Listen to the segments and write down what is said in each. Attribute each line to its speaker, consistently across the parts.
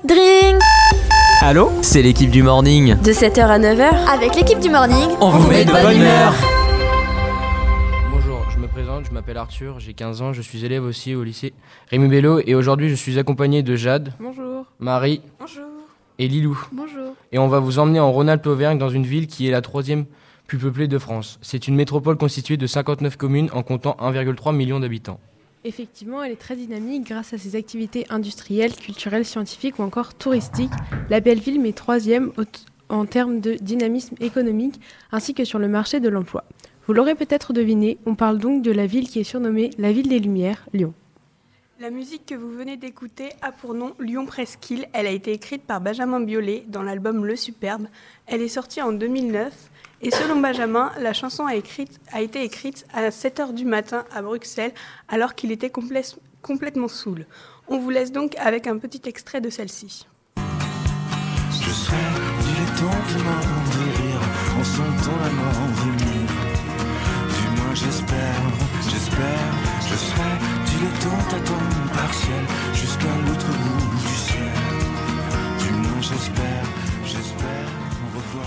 Speaker 1: Drink.
Speaker 2: Allô, c'est l'équipe du morning.
Speaker 1: De 7h à 9h, avec l'équipe du morning,
Speaker 2: on vous met de bonne humeur.
Speaker 3: Bonjour, je me présente, je m'appelle Arthur, j'ai 15 ans, je suis élève aussi au lycée Rémi Bello et aujourd'hui je suis accompagné de Jade.
Speaker 4: Bonjour.
Speaker 3: Marie.
Speaker 4: Bonjour.
Speaker 3: Et Lilou.
Speaker 4: Bonjour.
Speaker 3: Et on va vous emmener en Rhône-Alpes-Auvergne dans une ville qui est la 3e plus peuplée de France. C'est une métropole constituée de 59 communes en comptant 1,3 million d'habitants.
Speaker 4: Effectivement, elle est très dynamique grâce à ses activités industrielles, culturelles, scientifiques ou encore touristiques. La belle ville met 3e en termes de dynamisme économique ainsi que sur le marché de l'emploi. Vous l'aurez peut-être deviné, on parle donc de la ville qui est surnommée la ville des Lumières, Lyon.
Speaker 5: La musique que vous venez d'écouter a pour nom Lyon Presqu'île. Elle a été écrite par Benjamin Biolay dans l'album Le Superbe. Elle est sortie en 2009 et selon Benjamin, la chanson a été écrite à 7h du matin à Bruxelles alors qu'il était complètement saoul. On vous laisse donc avec un petit extrait de celle-ci.
Speaker 6: Je serai dilettante de rire en sentant la mort venir. Du moins j'espère, je serai dilettante à temps partiel jusqu'à l'autre bout du ciel. Du moins j'espère, au revoir.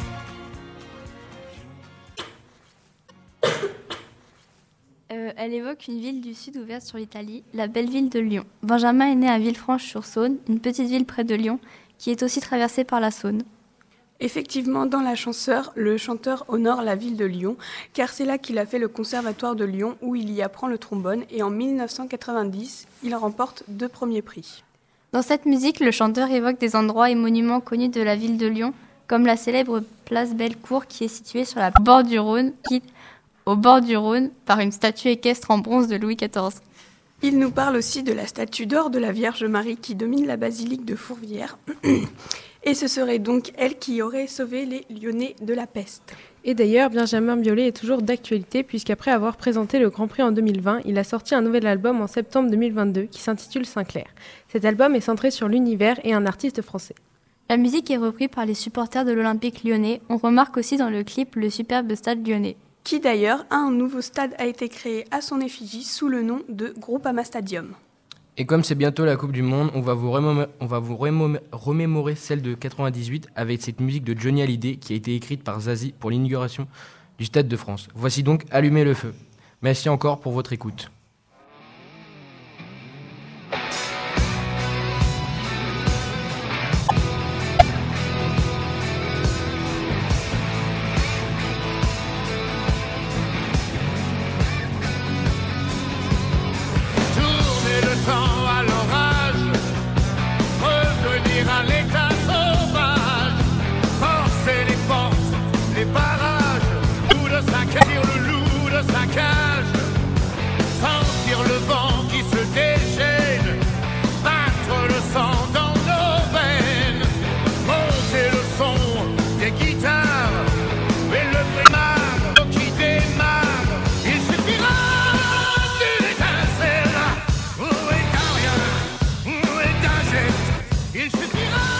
Speaker 7: Elle évoque une ville du sud ouverte sur l'Italie, la belle ville de Lyon. Benjamin est né à Villefranche-sur-Saône, une petite ville près de Lyon, qui est aussi traversée par la Saône.
Speaker 5: Effectivement, dans l'ascenseur, le chanteur honore la ville de Lyon, car c'est là qu'il a fait le conservatoire de Lyon, où il y apprend le trombone, et en 1990, il remporte 2 premiers prix.
Speaker 7: Dans cette musique, le chanteur évoque des endroits et monuments connus de la ville de Lyon, comme la célèbre place Bellecour, qui est située sur la bord du Rhône, au bord du Rhône, par une statue équestre en bronze de Louis XIV.
Speaker 5: Il nous parle aussi de la statue d'or de la Vierge Marie qui domine la basilique de Fourvière. Et ce serait donc elle qui aurait sauvé les Lyonnais de la peste.
Speaker 4: Et d'ailleurs, Benjamin Biolay est toujours d'actualité puisqu'après avoir présenté le Grand Prix en 2020, il a sorti un nouvel album en septembre 2022 qui s'intitule Saint-Clair. Cet album est centré sur l'univers et un artiste français.
Speaker 7: La musique est reprise par les supporters de l'Olympique lyonnais. On remarque aussi dans le clip le superbe stade lyonnais.
Speaker 5: Qui d'ailleurs, un nouveau stade a été créé à son effigie sous le nom de Groupama Stadium.
Speaker 3: Et comme c'est bientôt la Coupe du Monde, on va vous remémorer celle de 98 avec cette musique de Johnny Hallyday qui a été écrite par Zazie pour l'inauguration du Stade de France. Voici donc Allumer le feu. Merci encore pour votre écoute.
Speaker 6: Il suffira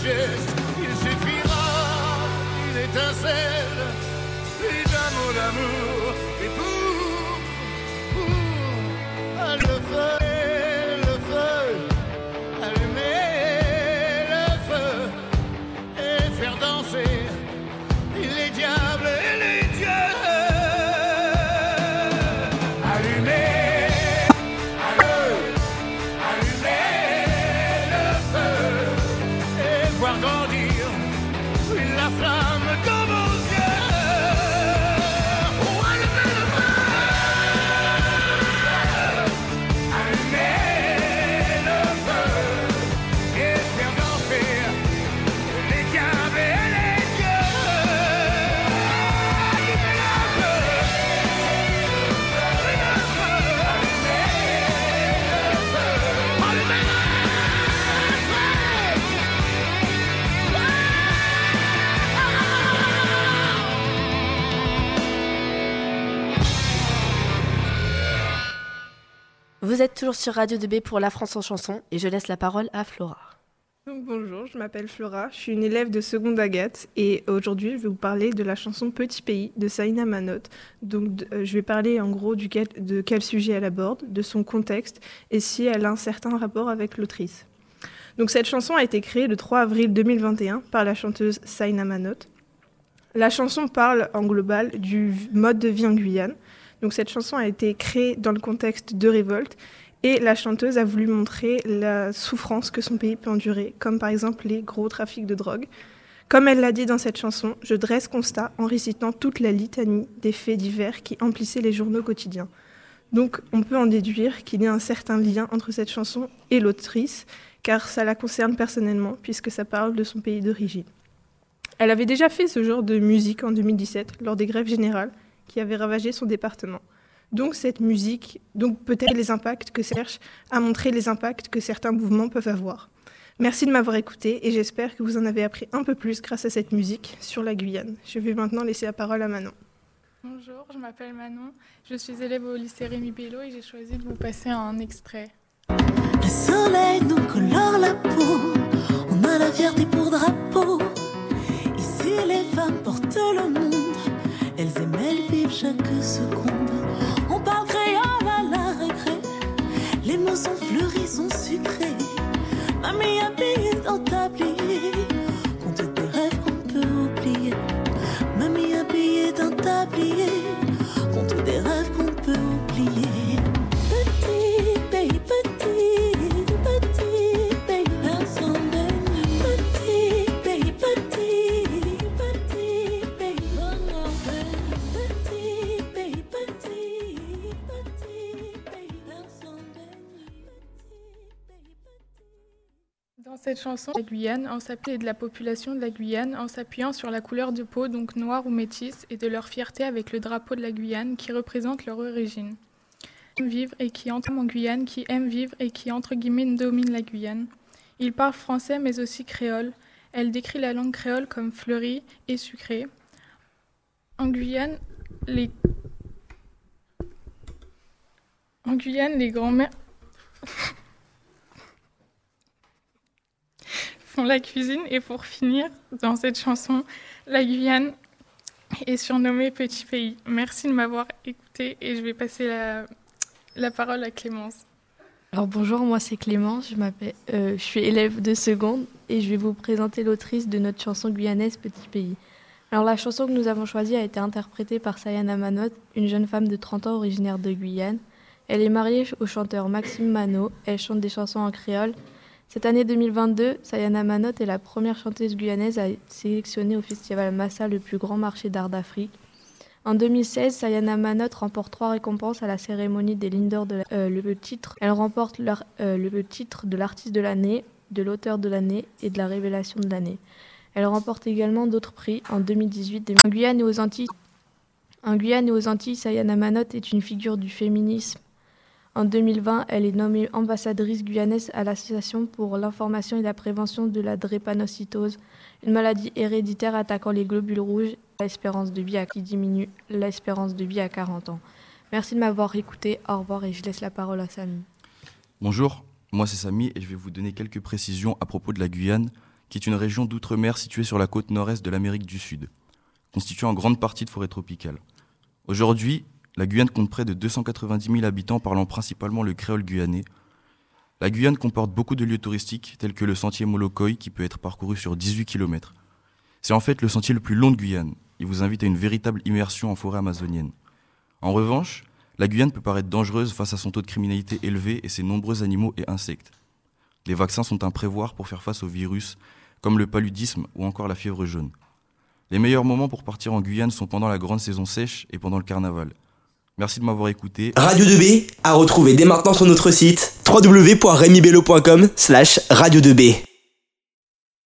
Speaker 6: geste, il suffira une étincelle, puis d'un mot d'amour, et pour le feu, allumer le feu, et faire danser les diables et les dieux.
Speaker 1: Vous êtes toujours sur Radio 2B pour La France en chanson et je laisse la parole à Flora.
Speaker 4: Donc, bonjour, je m'appelle Flora, je suis une élève de seconde Agathe et aujourd'hui je vais vous parler de la chanson Petit Pays de Saïna Manotte. Donc je vais parler en gros de quel sujet elle aborde, de son contexte et si elle a un certain rapport avec l'autrice. Donc cette chanson a été créée le 3 avril 2021 par la chanteuse Saïna Manotte. La chanson parle en global du mode de vie en Guyane. Donc cette chanson a été créée dans le contexte de révolte et la chanteuse a voulu montrer la souffrance que son pays peut endurer, comme par exemple les gros trafics de drogue. Comme elle l'a dit dans cette chanson, je dresse constat en récitant toute la litanie des faits divers qui emplissaient les journaux quotidiens. Donc on peut en déduire qu'il y a un certain lien entre cette chanson et l'autrice, car ça la concerne personnellement puisque ça parle de son pays d'origine. Elle avait déjà fait ce genre de musique en 2017 lors des grèves générales qui avaient ravagé son département. Donc cette musique, peut-être les impacts que cherche à montrer les impacts que certains mouvements peuvent avoir. Merci de m'avoir écouté et j'espère que vous en avez appris un peu plus grâce à cette musique sur la Guyane. Je vais maintenant laisser la parole à Manon.
Speaker 8: Bonjour, je m'appelle Manon, je suis élève au lycée Rémi Bello et j'ai choisi de vous passer un extrait.
Speaker 9: Le soleil nous colore la peau, on a la fierté pour drapeau. Ici les femmes portent le monde, elles aiment, elles vivent chaque seconde. On parle créole à la récré, les mots sont fleuris, sont sucrés. Mamie habillée dans tablier, compte des rêves qu'on peut oublier. Mamie habillée dans tablier, compte des rêves qu'on peut oublier. Petit pays, personne béni. Petit pays, bonheur béni. Petit pays, personne béni.
Speaker 8: Dans cette chanson, la Guyane, en s'appuyant de la population de la Guyane, en s'appuyant sur la couleur de peau, donc noire ou métisse, et de leur fierté avec le drapeau de la Guyane qui représente leur origine. Vivre et qui entrent en Guyane, qui aiment vivre et qui, entre guillemets, dominent la Guyane. Ils parlent français mais aussi créole. Elle décrit la langue créole comme fleurie et sucrée. En Guyane, les grands-mères font la cuisine et pour finir, dans cette chanson, la Guyane est surnommée Petit Pays. Merci de m'avoir écouté et je vais passer la parole à Clémence.
Speaker 10: Alors bonjour, moi c'est Clémence, je suis élève de seconde et je vais vous présenter l'autrice de notre chanson guyanaise Petit Pays. Alors la chanson que nous avons choisie a été interprétée par Saïna Manotte, une jeune femme de 30 ans originaire de Guyane. Elle est mariée au chanteur Maxime Manot, elle chante des chansons en créole. Cette année 2022, Saïna Manotte est la première chanteuse guyanaise à être sélectionnée au Festival Massa, le plus grand marché d'art d'Afrique. En 2016, Saïna Manotte remporte 3 récompenses à la cérémonie des Lindor de le titre. Elle remporte le titre de l'artiste de l'année, de l'auteur de l'année et de la révélation de l'année. Elle remporte également d'autres prix en 2018. En Guyane et aux Antilles, Saïna Manotte est une figure du féminisme. En 2020, elle est nommée ambassadrice guyanaise à l'Association pour l'information et la prévention de la drépanocytose, une maladie héréditaire attaquant les globules rouges, qui diminue l'espérance de vie à 40 ans. Merci de m'avoir écouté, au revoir et je laisse la parole à Samy.
Speaker 11: Bonjour, moi c'est Samy et je vais vous donner quelques précisions à propos de la Guyane qui est une région d'outre-mer située sur la côte nord-est de l'Amérique du Sud, constituée en grande partie de forêts tropicales. Aujourd'hui, la Guyane compte près de 290 000 habitants parlant principalement le créole guyanais. La Guyane comporte beaucoup de lieux touristiques tels que le sentier Molokoï qui peut être parcouru sur 18 km. C'est en fait le sentier le plus long de Guyane. Il vous invite à une véritable immersion en forêt amazonienne. En revanche, la Guyane peut paraître dangereuse face à son taux de criminalité élevé et ses nombreux animaux et insectes. Les vaccins sont un prévoir pour faire face aux virus comme le paludisme ou encore la fièvre jaune. Les meilleurs moments pour partir en Guyane sont pendant la grande saison sèche et pendant le carnaval. Merci de m'avoir écouté.
Speaker 12: Radio 2B à retrouver dès maintenant sur notre site www.remibello.com/radio2b.